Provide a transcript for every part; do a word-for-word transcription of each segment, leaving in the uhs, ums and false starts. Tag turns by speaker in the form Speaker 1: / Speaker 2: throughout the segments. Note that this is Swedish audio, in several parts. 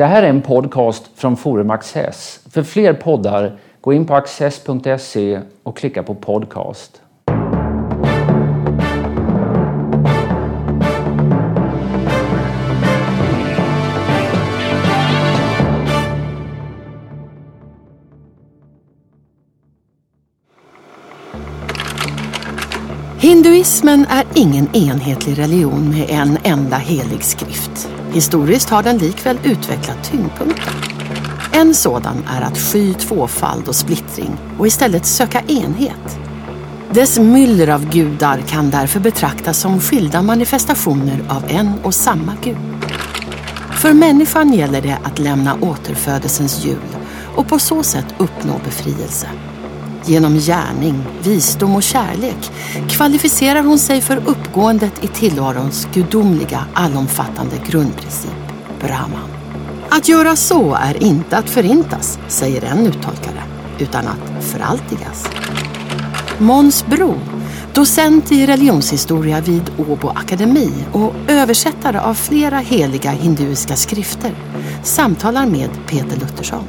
Speaker 1: Det här är en podcast från Forum Access. För fler poddar, gå in på access punkt se och klicka på podcast.
Speaker 2: Hinduismen är ingen enhetlig religion med en enda helig skrift. Historiskt har den likväl utvecklat tyngdpunkter. En sådan är att sky tvåfald och splittring och istället söka enhet. Dess myller av gudar kan därför betraktas som skilda manifestationer av en och samma gud. För människan gäller det att lämna återfödelsens hjul och på så sätt uppnå befrielse. Genom gärning, visdom och kärlek kvalificerar hon sig för uppgåendet i tillvarons gudomliga allomfattande grundprincip, Brahman. Att göra så är inte att förintas, säger en uttolkare, utan att föraltigas. Måns Bro, docent i religionshistoria vid Åbo Akademi och översättare av flera heliga hinduiska skrifter, samtalar med Peter Luttersson.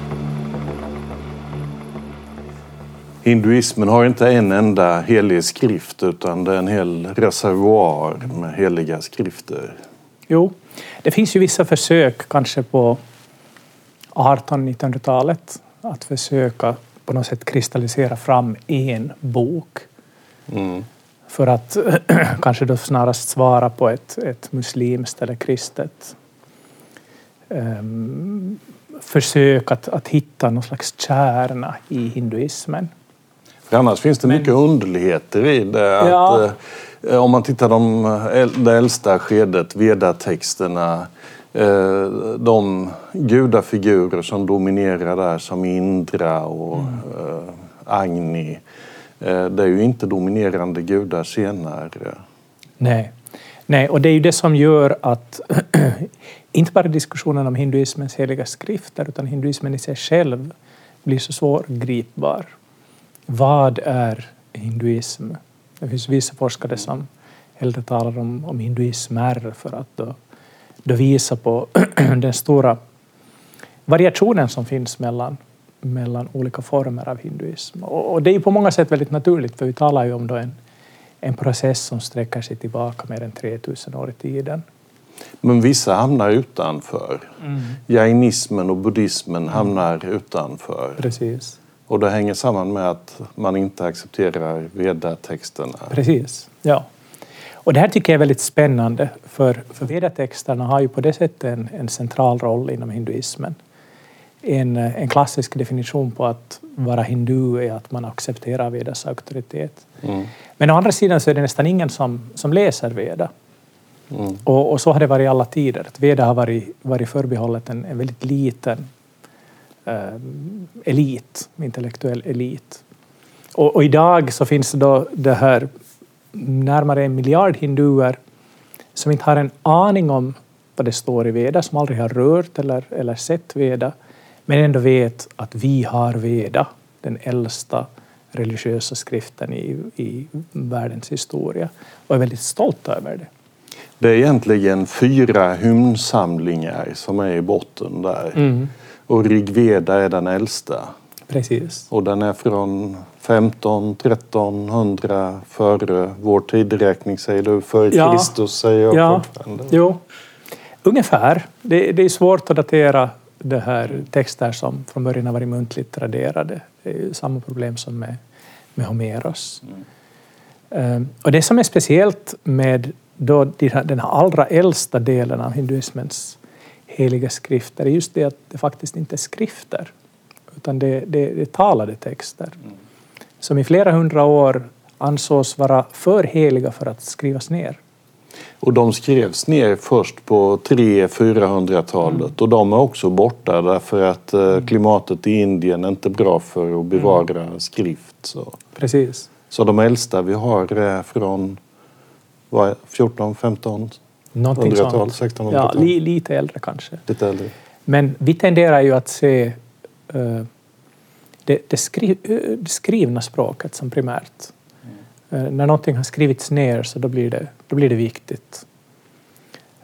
Speaker 3: Hinduismen har inte en enda helig skrift utan det är en hel reservoar med heliga skrifter.
Speaker 4: Jo, det finns ju vissa försök kanske på artonhundra-nittonhundratalet att försöka på något sätt kristallisera fram en bok. Mm. För att kanske då snarast svara på ett, ett muslimskt eller kristet um, försök att, att hitta någon slags kärna i hinduismen.
Speaker 3: För annars finns det Men, mycket underligheter i det. Att,
Speaker 4: ja.
Speaker 3: eh, om man tittar de, det äldsta skedet, Veda-texterna, eh, de gudafigurer som dominerar där som Indra och mm. eh, Agni, eh, det är ju inte dominerande gudar senare.
Speaker 4: Nej. Nej, och det är ju det som gör att inte bara diskussionen om hinduismens heliga skrifter utan hinduismen i sig själv blir så svårgripbar. Vad är hinduism? Det finns vissa forskare som hellre talar om, om hinduismer för att då, då visa på den stora variationen som finns mellan, mellan olika former av hinduism. Och, och det är ju på många sätt väldigt naturligt, för vi talar ju om då en, en process som sträcker sig tillbaka mer än tre tusen år i tiden.
Speaker 3: Men vissa hamnar utanför. Mm. Jainismen och buddhismen
Speaker 4: mm.
Speaker 3: hamnar utanför.
Speaker 4: Precis.
Speaker 3: Och det hänger samman med att man inte accepterar Veda-texterna.
Speaker 4: Precis, ja. Och det här tycker jag är väldigt spännande. För, för Veda-texterna har ju på det sättet en, en central roll inom hinduismen. En, en klassisk definition på att vara hindu är att man accepterar Vedas auktoritet. Mm. Men å andra sidan så är det nästan ingen som, som läser Veda. Mm. Och, och så har det varit i alla tider. Att Veda har varit, varit förbehållet en, en väldigt liten eh, elit, intellektuell elit. Och, och idag så finns det då det här närmare en miljard hinduer som inte har en aning om vad det står i Veda, som aldrig har rört eller, eller sett Veda, men ändå vet att vi har Veda, den äldsta religiösa skriften i, i världens historia, och är väldigt stolta över det.
Speaker 3: Det är egentligen fyra hymnsamlingar som är i botten där. Mm. Och Rigveda är den äldsta.
Speaker 4: Precis.
Speaker 3: Och den är från femton tretton hundra före vår tideräkning, säger du, före ja. Kristus, säger jag
Speaker 4: ja.
Speaker 3: fortfarande.
Speaker 4: Jo, ungefär. Det, det är svårt att datera det här texter som från början har varit muntligt traderade. Det är ju samma problem som med, med Homeros. Mm. Um, och det som är speciellt med då den allra äldsta delen av hinduismens heliga skrifter är just det att det faktiskt inte är skrifter, utan det, det, det är talade texter. Mm. Som i flera hundra år ansågs vara för heliga för att skrivas ner.
Speaker 3: Och de skrevs ner först på tre till fyrahundratalet mm. och de är också borta därför att mm. klimatet i Indien är inte bra för att bevara mm. skrift. Så.
Speaker 4: Precis.
Speaker 3: Så de äldsta vi har är från vad, fjorton femton hundratal, sextonhundratal.
Speaker 4: Ja, li, lite äldre kanske.
Speaker 3: Lite äldre.
Speaker 4: Men vi tenderar ju att se uh, det, det, skri, uh, det skrivna språket som primärt. Mm. Uh, när någonting har skrivits ner så då blir det, då blir det viktigt.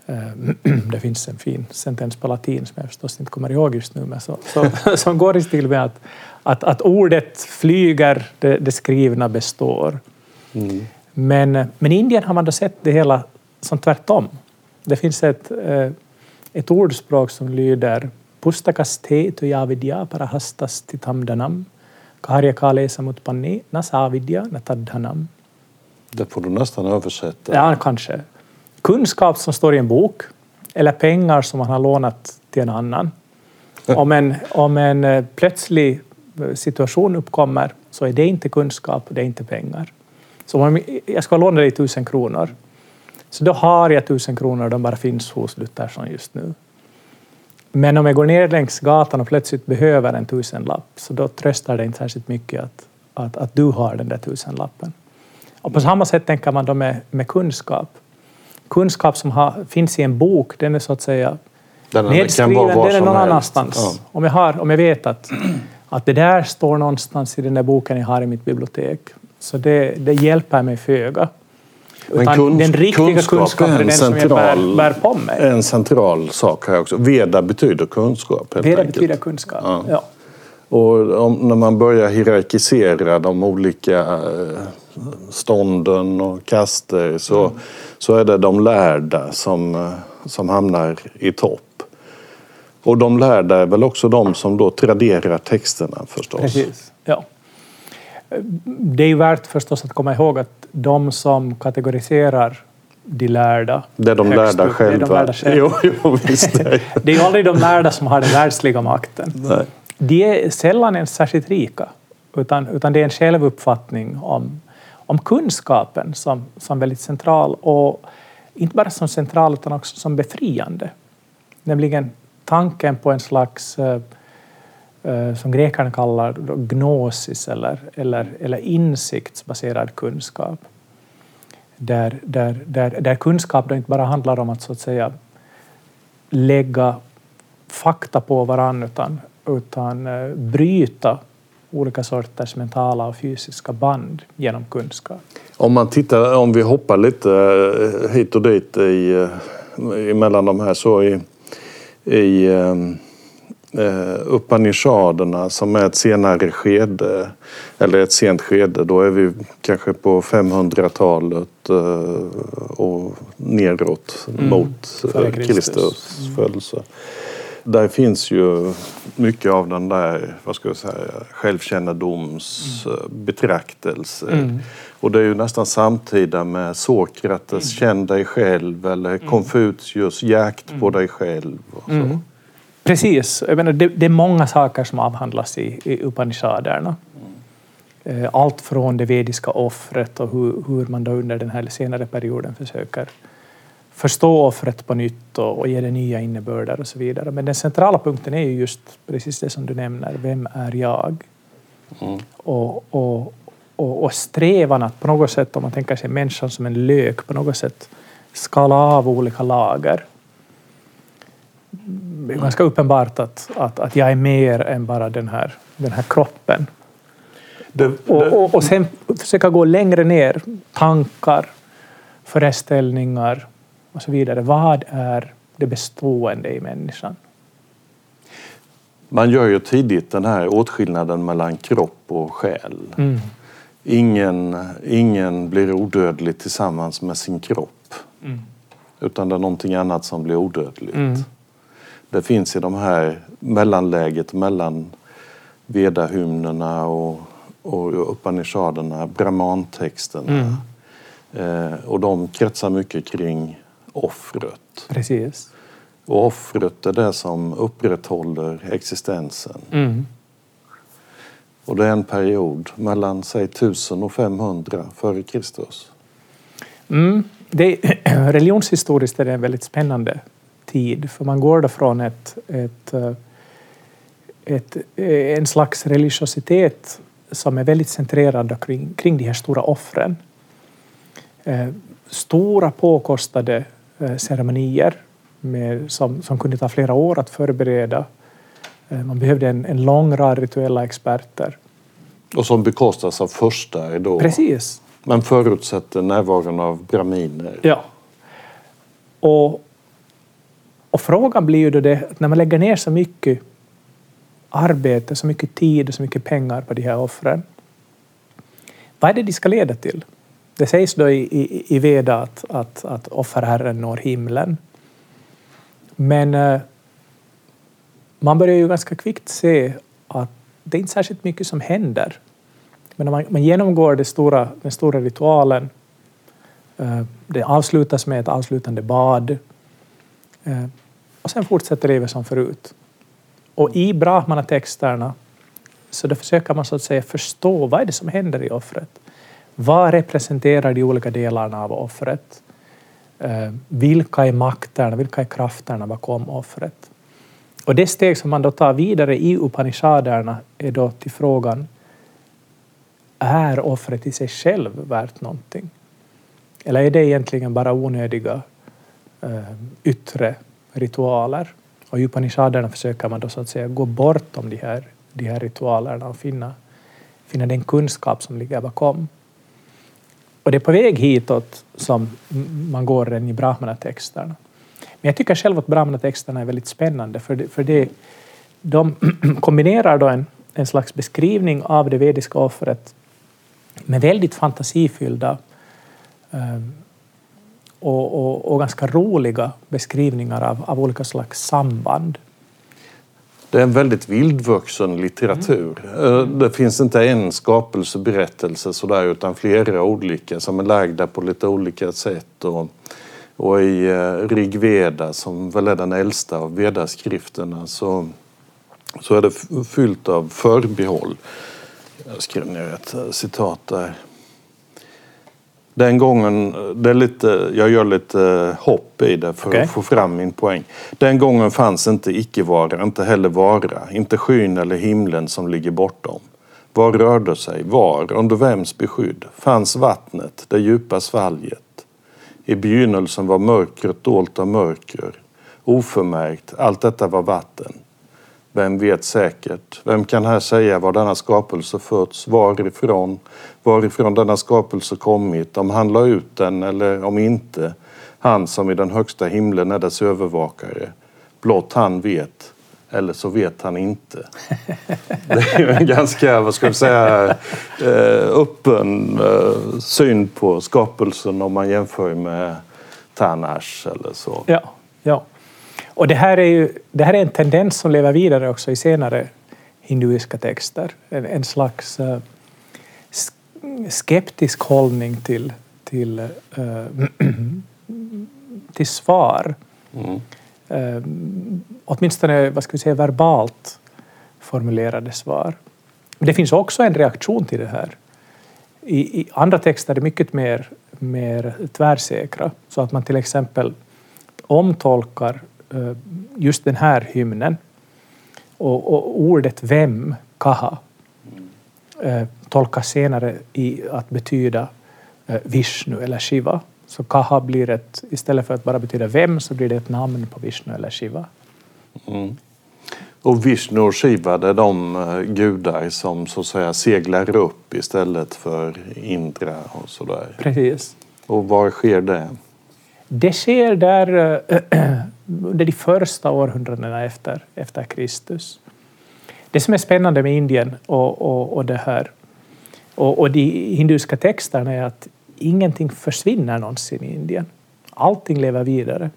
Speaker 4: Det finns en fin sentens på latin som jag förstås inte kommer ihåg just nu, men så, så, som går i stil med att, att, att ordet flyger, det, det skrivna består. Mm. Men, men i Indien har man då sett det hela som tvärtom. Det finns ett, ett ordspråk som lyder Pustakaste tuyavidya parahastas titamdanam karjakale samutpanne nasavidya natadhanam.
Speaker 3: Det får du nästan översätta.
Speaker 4: Ja, kanske. Kunskap som står i en bok eller pengar som man har lånat till en annan. Om en, om en plötslig situation uppkommer så är det inte kunskap, det är inte pengar. Så om jag ska låna dig tusen kronor så då har jag tusen kronor, de bara finns hos Luthersson just nu. Men om jag går ner längs gatan och plötsligt behöver en tusenlapp så då tröstar det inte särskilt mycket att, att, att du har den där tusenlappen. Och på samma sätt tänker man då med, med kunskap. Kunskap som har, finns i en bok, den är så att säga
Speaker 3: den
Speaker 4: nedskriven, den är någon
Speaker 3: helst.
Speaker 4: annanstans. Ja. Om, jag har, om jag vet att, att det där står någonstans i den där boken jag har i mitt bibliotek, så det, det hjälper mig föga. Utan kunsk, den riktiga kunskapen är den central, som jag bär, bär på mig.
Speaker 3: En central sak här också. Veda betyder kunskap. Helt
Speaker 4: Veda
Speaker 3: enkelt.
Speaker 4: betyder kunskap, ja. ja.
Speaker 3: Och om, när man börjar hierarkisera de olika stånden och kaster så, mm. så är det de lärda som, som hamnar i topp. Och de lärda är väl också de som då traderar texterna förstås.
Speaker 4: Precis, ja. Det är ju värt förstås att komma ihåg att de som kategoriserar de lärda...
Speaker 3: Det är de lärda
Speaker 4: upp,
Speaker 3: själva.
Speaker 4: Det är de lärda själva.
Speaker 3: Jo, jo, visst det.
Speaker 4: Det är ju aldrig de lärda som har den världsliga makten.
Speaker 3: Nej.
Speaker 4: De är sällan ens särskilt rika. Utan, utan det är en självuppfattning om, om kunskapen som, som väldigt central. Och inte bara som central utan också som befriande. Nämligen tanken på en slags... som grekerna kallar gnosis eller, eller, eller insiktsbaserad kunskap. Där, där, där, där kunskap då inte bara handlar om att så att säga lägga fakta på varandra utan, utan bryta olika sorters mentala och fysiska band genom kunskap. Om
Speaker 3: man tittar, om vi hoppar lite hit och dit i, emellan de här så i, i Uh, Upanishaderna som är ett senare skede eller ett sent skede, då är vi kanske på femhundratalet uh, och neråt mm. mot uh, Kristus mm. födelse. Där finns ju mycket av den där, vad ska jag säga, självkännedoms mm. betraktelse. Mm. Och det är ju nästan samtida med Sokrates mm. känn dig själv eller mm. Konfucius jakt mm. på dig själv och så. Mm.
Speaker 4: Precis. Jag menar, det, det är många saker som avhandlas i, i Upanishaderna. Mm. Allt från det vediska offret och hur, hur man då under den här senare perioden försöker förstå offret på nytt och, och ge det nya innebörder och så vidare. Men den centrala punkten är ju just precis det som du nämner. Vem är jag? Mm. Och, och, och, och strävan att på något sätt, om man tänker sig människan som en lök, på något sätt skala av olika lager. Det är ganska uppenbart att, att, att jag är mer än bara den här, den här kroppen. Det, det... Och, och, och sen försöka gå längre ner. Tankar, föreställningar och så vidare. Vad är det bestående i människan?
Speaker 3: Man gör ju tidigt den här åtskillnaden mellan kropp och själ. Mm. Ingen, ingen blir odödlig tillsammans med sin kropp. Mm. Utan det är någonting annat som blir odödligt. Mm. Det finns i de här mellanläget mellan Vedahymnerna och, och Upanishaderna, Brahmantexterna. Mm. Eh, och de kretsar mycket kring offret.
Speaker 4: Precis.
Speaker 3: Och offret är det som upprätthåller existensen. Mm. Och det är en period mellan säg tusen och femhundra före Kristus.
Speaker 4: Mm. Det, religionshistoriskt är det en väldigt spännande tid. För man går då från ett, ett, ett, en slags religiositet som är väldigt centrerad kring, kring de här stora offren. Eh, stora påkostade eh, ceremonier med, som, som kunde ta flera år att förbereda. Eh, man behövde en, en lång rad rituella experter.
Speaker 3: Och som bekostas av första då.
Speaker 4: Precis.
Speaker 3: Men förutsätter närvaron av brahminer.
Speaker 4: Ja. Och Och frågan blir ju då det, när man lägger ner så mycket arbete, så mycket tid och så mycket pengar på de här offren. Vad är det de ska leda till? Det sägs då i, i, i Veda att, att, att offerherren når himlen. Men eh, man börjar ju ganska kvickt se att det är inte särskilt mycket som händer. Men man, man genomgår det stora, den stora ritualen. Eh, det avslutas med ett avslutande bad. Eh, och sen fortsätter livet som förut. Och i Brahmana-texterna så då försöker man så att säga förstå vad är det som händer i offret. Vad representerar de olika delarna av offret? Eh, vilka är makterna, vilka är krafterna bakom offret? Och det steg som man då tar vidare i Upanishaderna är då till frågan: är offret i sig själv värt någonting? Eller är det egentligen bara onödiga eh, yttre ritualer? Och i Upanishaderna försöker man då så att säga gå bortom de här, de här ritualerna och finna, finna den kunskap som ligger bakom. Och det är på väg hitåt som man går den i Brahmana-texterna. Men jag tycker själv att Brahmana-texterna är väldigt spännande, för det, för det, de kombinerar då en, en slags beskrivning av det vediska offret med väldigt fantasifyllda eh, och, och, och ganska roliga beskrivningar av, av olika slags samband.
Speaker 3: Det är en väldigt vildvuxen litteratur. Mm. Det finns inte en skapelseberättelse sådär, utan flera olika som är lagda på lite olika sätt. Och, och i Rig Veda, som väl är den äldsta av vedaskrifterna, så, så är det fyllt av förbehåll. Jag skrev ner ett citat där. Den gången, det är lite, jag gör lite hopp i det för okay. att få fram min poäng. Den gången fanns inte icke-vara, inte heller vara, inte skyn eller himlen som ligger bortom. Var rörde sig, var, under vems beskydd, fanns vattnet, det djupa svalget. I begynnelsen var mörkret dolt av mörker, oförmärkt, allt detta var vatten. Vem vet säkert? Vem kan här säga var denna skapelse föds, varifrån, varifrån denna skapelse kommit, om han la ut den eller om inte, han som i den högsta himlen är dess övervakare. Blott han vet, eller så vet han inte. Det är ju en ganska, vad ska vi säga, öppen syn på skapelsen om man jämför med Tanash eller så.
Speaker 4: Ja, ja. Och det här är ju det här är en tendens som lever vidare också i senare hinduiska texter. En, en slags uh, skeptisk hållning till, till, uh, till svar. Mm. Uh, åtminstone, vad ska vi säga, verbalt formulerade svar. Det finns också en reaktion till det här. I, i andra texter är det mycket mer, mer tvärsäkra. Så att man till exempel omtolkar just den här hymnen och, och ordet vem, kaha, eh, tolkas senare i att betyda eh, Vishnu eller Shiva. Så kaha blir ett, istället för att bara betyda vem, så blir det ett namn på Vishnu eller Shiva.
Speaker 3: Mm. Och Vishnu och Shiva, det är de uh, gudar som så att säga seglar upp istället för Indra och sådär.
Speaker 4: Precis.
Speaker 3: Och var sker det?
Speaker 4: Det sker där äh, under de första århundradena efter, efter Kristus. Det som är spännande med Indien och, och, och det här och, och de hinduiska texterna är att ingenting försvinner någonsin i Indien. Allting lever vidare.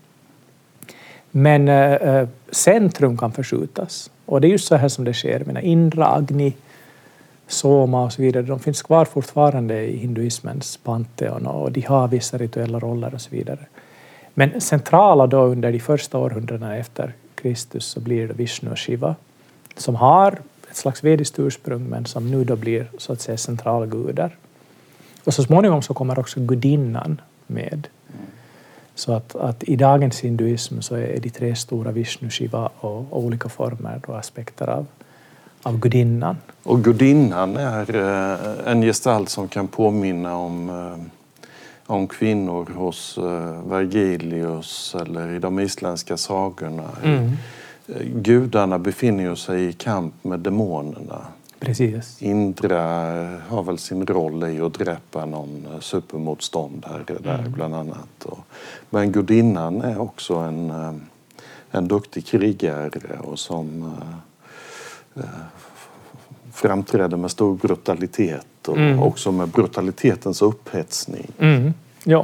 Speaker 4: Men äh, centrum kan förskjutas. Och det är just så här som det sker. Menar, Indra, Agni, Soma och så vidare, de finns kvar fortfarande i hinduismens panteon och de har vissa rituella roller och så vidare. Men centrala då under de första århundradena efter Kristus så blir det Vishnu och Shiva som har ett slags vediskt ursprung men som nu då blir så att säga centrala gudar. Och så småningom så kommer också gudinnan med. Så att, att i dagens hinduism så är de tre stora Vishnu, Shiva och, och olika former och aspekter av av gudinnan.
Speaker 3: Och gudinnan är eh, en gestalt som kan påminna om, eh, om kvinnor hos eh, Vergilius eller i de isländska sagorna. Mm. Eh, gudarna befinner sig i kamp med demonerna.
Speaker 4: Precis.
Speaker 3: Indra har väl sin roll i att dräpa någon supermotståndare där mm. bland annat. Och, men gudinnan är också en, en duktig krigare och som eh, framträder med stor brutalitet och mm. också med brutalitetens upphetsning.
Speaker 4: Mm. Ja.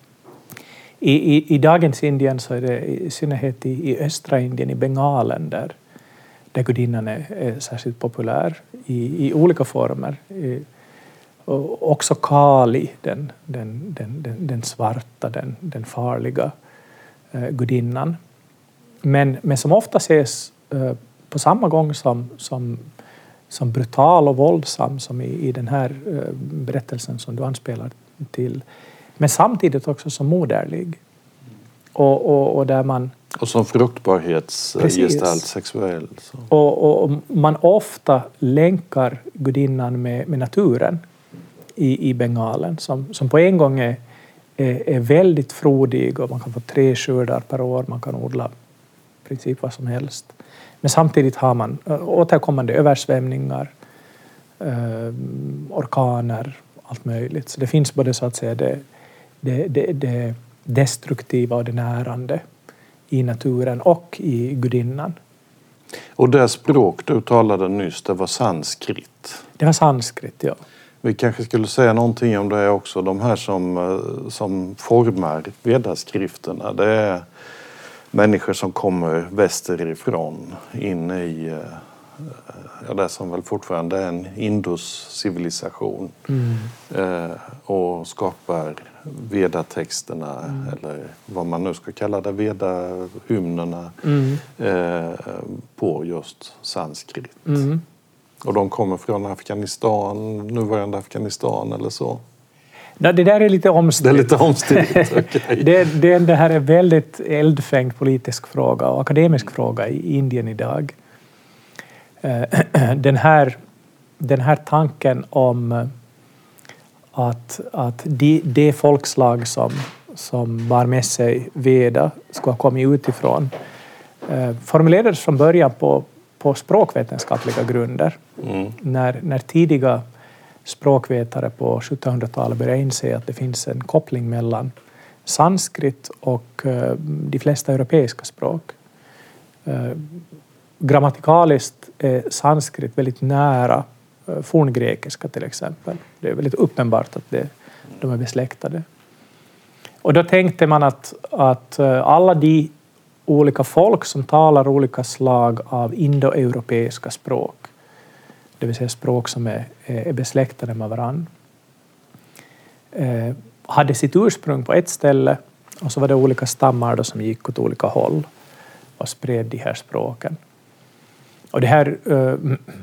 Speaker 4: I, i, I dagens Indien så är det i synnerhet i, i östra Indien, i Bengalen, där, där gudinnan är, är särskilt populär i, i olika former. I, och också Kali, den, den, den, den, den svarta, den, den farliga eh, gudinnan. Men, men som ofta ses eh, på samma gång som, som, som brutal och våldsam som i, i den här eh, berättelsen som du anspelar till. Men samtidigt också som moderlig. Och, och, och där man...
Speaker 3: Och som fruktbarhetsgestalt sexuell. Så.
Speaker 4: Och, och, och man ofta länkar gudinnan med, med naturen i, i Bengalen. Som, som på en gång är, är, är väldigt frodig och man kan få tre skördar per år. Man kan odla i princip vad som helst. Men samtidigt har man återkommande översvämningar, eh, orkaner, allt möjligt. Så det finns både så att säga det, det, det, det destruktiva och det närande i naturen och i gudinnan.
Speaker 3: Och det språk du talade nyss, det var sanskrit.
Speaker 4: Det var sanskrit, ja.
Speaker 3: Vi kanske skulle säga någonting om det också. De här som, som formar vedaskrifterna, det är människor som kommer västerifrån in i ja, det som väl fortfarande är en Indus-civilisation. Mm. Eh, och skapar vedatexterna, mm. eller vad man nu ska kalla det, vedahymnerna, mm. eh, på just sanskrit. Mm. Och de kommer från Afghanistan, nuvarande Afghanistan eller så.
Speaker 4: Ja, det där är lite omstritt.
Speaker 3: Det är lite omstritt, okay.
Speaker 4: det, det, det här är en väldigt eldfängd politisk fråga och akademisk fråga i Indien idag. Den här, den här tanken om att, att de, de folkslag som, som bar med sig Veda ska ha kommit utifrån formulerades från början på, på språkvetenskapliga grunder. Mm. När, när tidiga språkvetare på sjuttonhundratalet började inse att det finns en koppling mellan sanskrit och de flesta europeiska språk. Grammatikaliskt är sanskrit väldigt nära forngrekiska till exempel. Det är väldigt uppenbart att det, de är besläktade. Och då tänkte man att, att alla de olika folk som talar olika slag av indoeuropeiska språk, det vill säga språk som är, är besläktade med varann, eh, hade sitt ursprung på ett ställe och så var det olika stammar då som gick åt olika håll och spred de här språken. Och det här uh,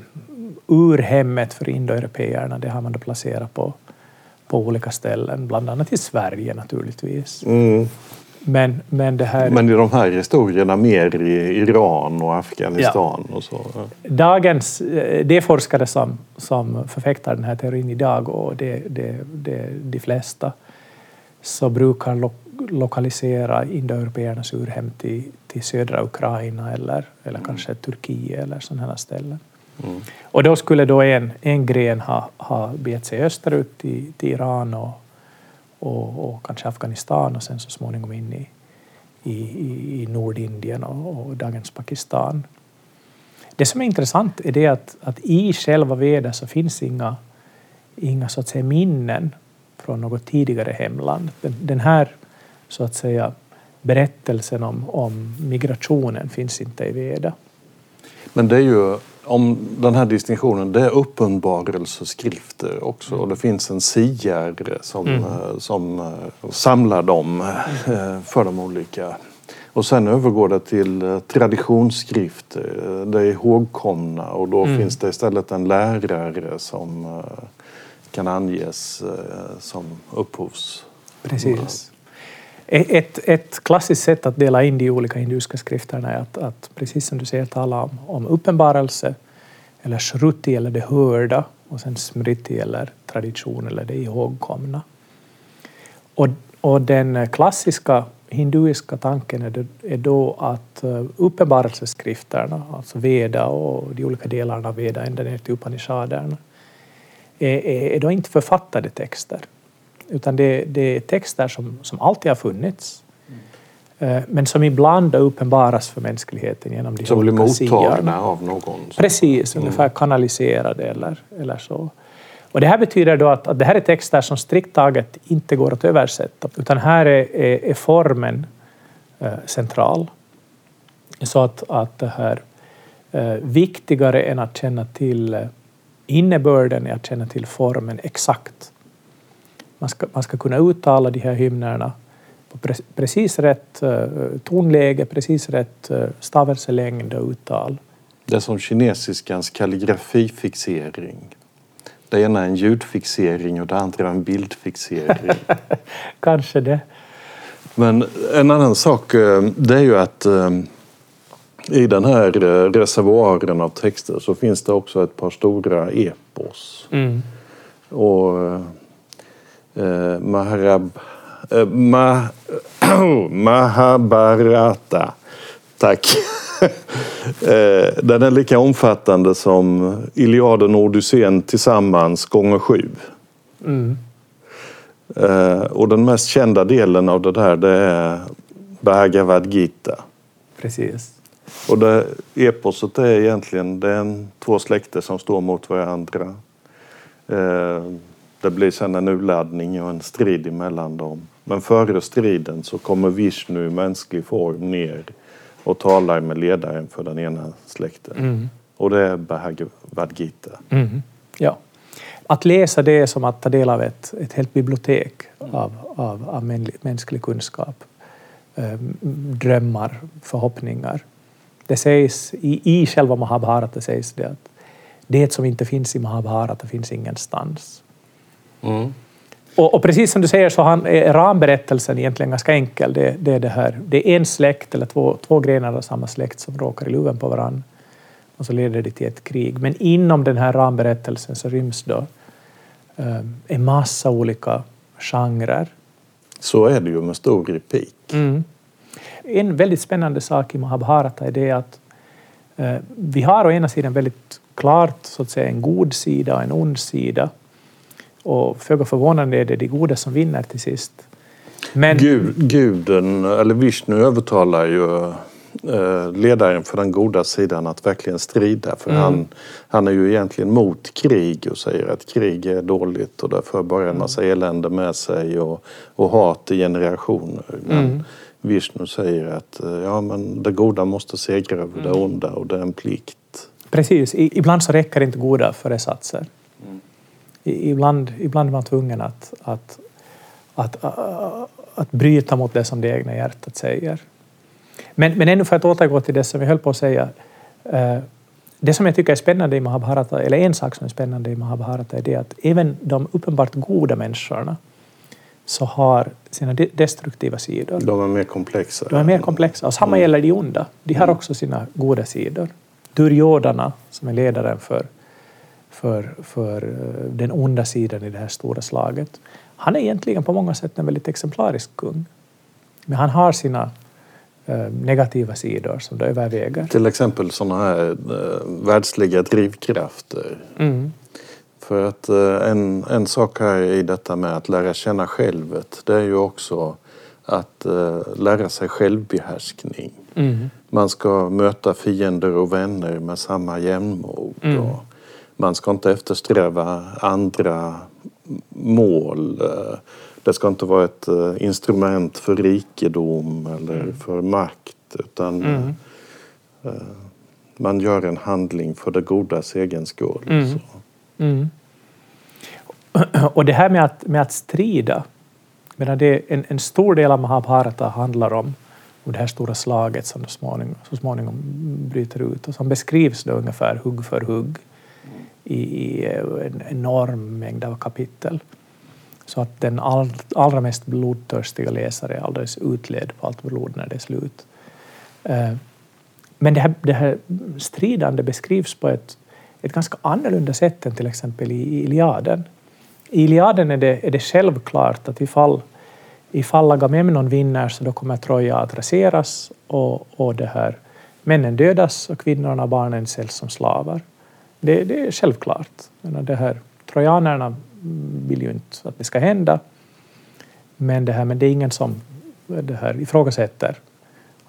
Speaker 4: urhemmet för indoeuropeerna, det har man då placerat på, på olika ställen, bland annat i Sverige naturligtvis. Mm. Men, men, det här...
Speaker 3: men i de här historierna mer i Iran och Afghanistan, ja. Och så. Ja.
Speaker 4: Dagens, det är forskare som, som förfäktar den här teorin idag och det, det, det, de flesta så brukar lo, lokalisera indoeuropeernas urhem till, till södra Ukraina eller, eller mm. kanske Turkiet eller sådana här ställen. Mm. Och då skulle då en, en gren ha, ha begett sig österut till, till Iran och Och, och kanske Afghanistan och sen så småningom in i, i, i Nordindien och, och dagens Pakistan. Det som är intressant är det att, att i själva Veda så finns inga, inga så att säga, minnen från något tidigare hemland. Den, den här så att säga, berättelsen om, om migrationen finns inte i Veda.
Speaker 3: Men det är ju, om den här distinktionen, det är uppenbarelseskrifter också. Och det finns en siare som, mm. som samlar dem för de olika. Och sen övergår det till traditionsskrifter. Det är ihågkomna och då mm. finns det istället en lärare som kan anges som upphovs.
Speaker 4: Precis. Ett, ett klassiskt sätt att dela in de olika hinduiska skrifterna är att, att precis som du säger tala om, om uppenbarelse eller shruti eller det hörda och sen smriti eller tradition eller det ihågkomna. Och, och den klassiska hinduiska tanken är, är då att uppenbarelseskrifterna, alltså Veda och de olika delarna av Veda ända ner till Upanishaderna, är, är då inte författade texter. Utan det, det är texter som, som alltid har funnits. men som ibland uppenbaras för mänskligheten genom de
Speaker 3: som blir
Speaker 4: olika
Speaker 3: mottagna
Speaker 4: sidorna.
Speaker 3: av någon.
Speaker 4: Precis,
Speaker 3: Mm.
Speaker 4: ungefär kanaliserade eller, eller så. Och det här betyder då att, att det här är texter som strikt taget inte går att översätta, utan här är, är, är formen eh, central. Så att, att det här eh, viktigare än att känna till eh, innebörden är att känna till formen exakt. Man ska, man ska kunna uttala de här hymnerna på pre- precis rätt eh, tonläge, precis rätt eh, stavelselängd och uttal.
Speaker 3: Det är som kinesiskans kalligrafifixering. Det ena är en ljudfixering och det andra är en bildfixering.
Speaker 4: Kanske det.
Speaker 3: Men en annan sak, det är ju att i den här reservoaren av texter så finns det också ett par stora epos.
Speaker 4: Mm.
Speaker 3: Och eh, Maharab, eh, Ma, Mahabharata, tack. eh, den är lika omfattande som Iliaden och Odysseen tillsammans gånger sju.
Speaker 4: Mm.
Speaker 3: Eh, och den mest kända delen av det där, det är Bhagavad Gita.
Speaker 4: Precis.
Speaker 3: Och det eposet är egentligen det är en, två släkter som står mot varandra. Eh, det blir sedan en urladdning och en strid emellan dem. Men före striden så kommer Vishnu i mänsklig form ner och talar med ledaren för den ena släkten. Mm. Och det är Bhagavad Gita.
Speaker 4: Mm. Ja. Att läsa det är som att ta del av ett, ett helt bibliotek av, av, av mänsklig kunskap. Um, drömmar, förhoppningar. Det sägs i, i själva Mahabharata sägs det att det som inte finns i Mahabharata finns ingenstans. Mm. Och, och precis som du säger så han, är ramberättelsen egentligen ganska enkel. Det, det, är det, här. Det är en släkt eller två, två grenar av samma släkt som råkar i luven på varandra. Och så leder det till ett krig. Men inom den här ramberättelsen så ryms då um, en massa olika genrer.
Speaker 3: Så är det ju med stor replik.
Speaker 4: Mm. En väldigt spännande sak i Mahabharata är det att eh, vi har å ena sidan väldigt klart så att säga en god sida och en ond sida. Och föga förvånande är det de goda som vinner till sist. Men
Speaker 3: Gud, guden, eller Vishnu övertalar ju eh, ledaren för den goda sidan att verkligen strida. För mm. han, han är ju egentligen mot krig och säger att krig är dåligt och därför bara en massa elände med sig och, och hat i generationer. Men mm. Vishnu säger att ja, men det goda måste segra över mm. det onda och det är en plikt.
Speaker 4: Precis, I, ibland så räcker inte goda föresatser. Mm. I, ibland, ibland är man tvungen att, att, att, att, att bryta mot det som det egna hjärtat säger. Men, men ännu för att återgå till det som vi höll på att säga. Eh, det som jag tycker är spännande i Mahabharata, eller en sak som är spännande i Mahabharata är det att även de uppenbart goda människorna så har sina destruktiva sidor.
Speaker 3: De är mer komplexa.
Speaker 4: De är mer komplexa. Och samma mm. gäller de onda. De har också sina goda sidor. Duryodhana, som är ledaren för, för, för den onda sidan i det här stora slaget. Han är egentligen på många sätt en väldigt exemplarisk kung. Men han har sina eh, negativa sidor som det överväger.
Speaker 3: Till exempel sådana här eh, världsliga drivkrafter. Mm. För att en, en sak här i detta med att lära känna självet, det är ju också att uh, lära sig självbehärskning. Mm. Man ska möta fiender och vänner med samma jämnmod. Mm. Och man ska inte eftersträva andra mål. Det ska inte vara ett uh, instrument för rikedom eller mm. för makt, utan mm. uh, man gör en handling för det godas egen skull.
Speaker 4: Mm.
Speaker 3: Så.
Speaker 4: Mm. Och det här med att, med att strida, medan det en, en stor del av Mahabharata handlar om och det här stora slaget som så småningom, så småningom bryter ut och som beskrivs då ungefär hugg för hugg i, i en enorm mängd av kapitel. Så att den all, allra mest blodtörstiga läsare är alldeles utled på allt blod när det är slut. Men det här, det här stridande beskrivs på ett ett ganska annorlunda sätt än till exempel i Iliaden. I Iliaden är det, är det självklart att ifall, ifall Agamemnon vinner så då kommer Troja att raseras och, och det här, männen dödas och kvinnorna och barnen säljs som slavar. Det, det är självklart. Det här, trojanerna vill ju inte att det ska hända, men det, här, men det är ingen som det här ifrågasätter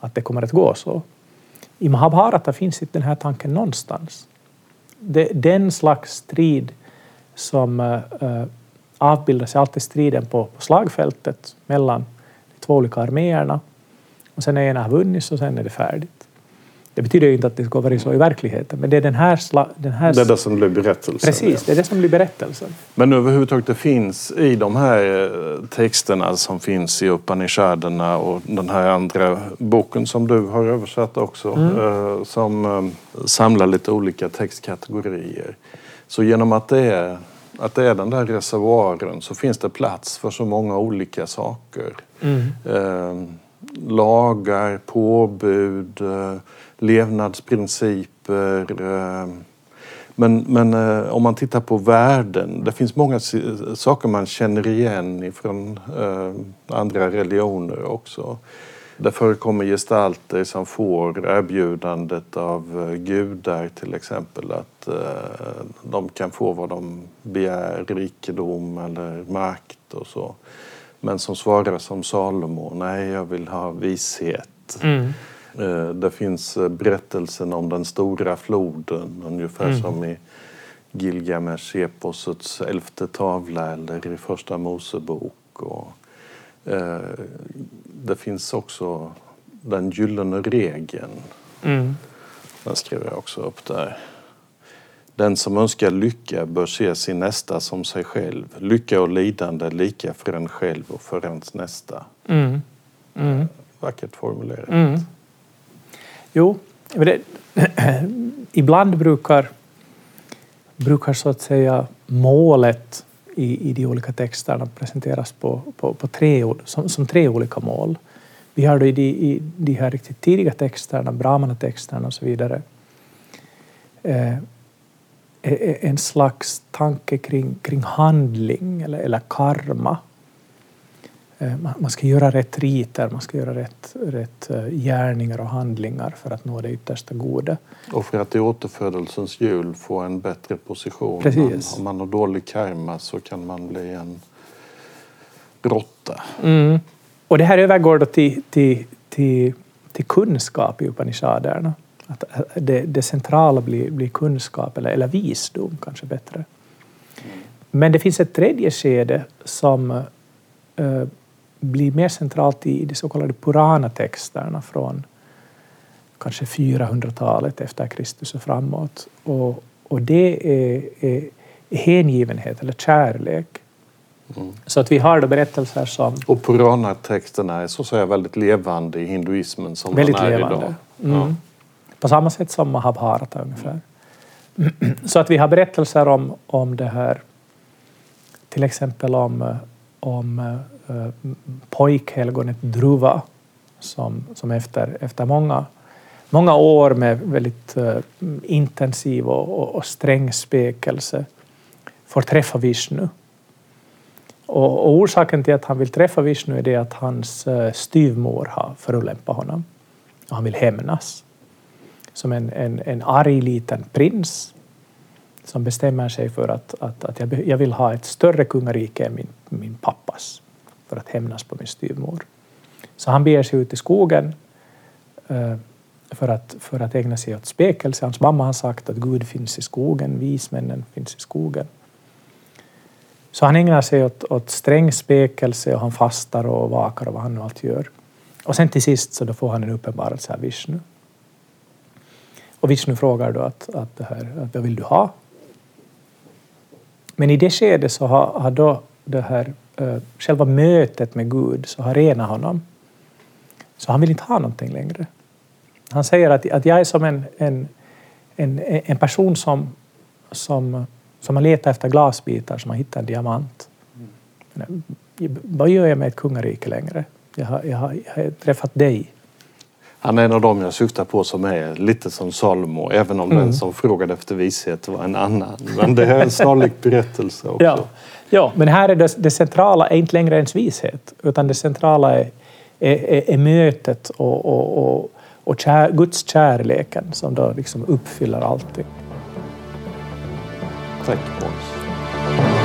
Speaker 4: att det kommer att gå så. I Mahabharata finns inte den här tanken någonstans. Det, den slags strid som uh, avbildas är alltid striden på, på slagfältet mellan de två olika arméerna. Och sen är ena vunnit och sen är det färdigt. Det betyder ju inte att det ska vara så i verkligheten. Men det är den här... Sla, den här
Speaker 3: det är det som blir berättelsen.
Speaker 4: Precis, det är det som blir berättelsen.
Speaker 3: Men överhuvudtaget det finns i de här texterna som finns i Upanishaderna och den här andra boken som du har översatt också. Mm. Som samlar lite olika textkategorier. Så genom att det är, att det är den där reservoaren så finns det plats för så många olika saker. Mm. Eh, lagar, påbud, eh, levnadsprinciper. Eh, men men eh, om man tittar på världen, det finns många saker man känner igen ifrån eh, andra religioner också. Det förekommer gestalter som får erbjudandet av gudar till exempel att eh, de kan få vad de begär, rikedom eller makt och så. Men som svarar som Salomo, nej jag vill ha vishet. Mm. Eh, det finns berättelsen om den stora floden, ungefär mm. som i Gilgamesh-eposets elfte tavla eller i första Mosebok. Och, eh, det finns också den gyllene regeln. Mm. Den skriver jag också upp där. Den som önskar lycka bör se sin nästa som sig själv. Lycka och lidande lika för en själv och för ens nästa. Mm. Mm. Vackert formulerat. Mm.
Speaker 4: Jo, men det, ibland brukar, brukar så att säga målet i, i de olika texterna presenteras på, på, på tre, som, som tre olika mål. Vi har då i de, i de här riktigt tidiga texterna, brahmana-texterna och så vidare, eh, en slags tanke kring, kring handling eller, eller karma. Eh, man ska göra rätt riter, man ska göra rätt, rätt gärningar och handlingar för att nå det yttersta goda.
Speaker 3: Och för att i återfödelsens hjul få en bättre position.
Speaker 4: Precis.
Speaker 3: Om man har dålig karma så kan man bli en råtta.
Speaker 4: Mm. Och det här övergår då till, till, till, till kunskap i Upanishaderna. Att det, det centrala blir, blir kunskap eller, eller visdom kanske bättre. Men det finns ett tredje skede som uh, blir mer centralt i de så kallade Purana-texterna från kanske fyrahundratalet efter Kristus och framåt. Och, och det är, är hängivenhet eller kärlek. Mm. Så att vi har då berättelser som...
Speaker 3: Och Purana-texterna är så att säga väldigt levande i hinduismen som
Speaker 4: väldigt
Speaker 3: den är
Speaker 4: levande.
Speaker 3: idag.
Speaker 4: Mm. Ja. På samma sätt som Mahabharata ungefär. Mm. Så att vi har berättelser om, om det här, till exempel om, om uh, pojkhelgonet Dhruva som, som efter, efter många, många år med väldigt uh, intensiv och, och, och sträng spekelse får träffa Vishnu. Och, och orsaken till att han vill träffa Vishnu är det att hans uh, styvmor har förolämpat honom. Och han vill hämnas. Som en, en, en arg liten prins som bestämmer sig för att, att, att jag, jag vill ha ett större kungarike än min, min pappas för att hämnas på min styvmor. Så han beger sig ut i skogen uh, för, att, för att ägna sig åt spekelse. Hans mamma har sagt att Gud finns i skogen, vismännen finns i skogen. Så han ägnar sig åt, åt sträng spekelse och han fastar och vakar och vad han nu allt gör. Och sen till sist så då får han en uppenbarelse av Vishnu. Och Vishnu frågar då att, att, det här, att vad vill du ha? Men i det skedet så har, har då det här, uh, själva mötet med Gud så har renat honom. Så han vill inte ha någonting längre. Han säger att, att jag är som en, en, en, en person som, som, som har letat efter glasbitar som har hittat en diamant. Mm. Vad gör jag med ett kungarike längre? Jag har, jag har, jag har träffat dig.
Speaker 3: Han är en av dem jag syftar på som är lite som Salomo, även om mm. den som frågade efter vishet var en annan. Men det här är en snarlik berättelse också.
Speaker 4: Ja, ja, men här är det, det centrala är inte längre ens vishet, utan det centrala är, är, är mötet och, och, och, och kär, Guds kärleken som då liksom uppfyller allting.
Speaker 3: Tack, Måns.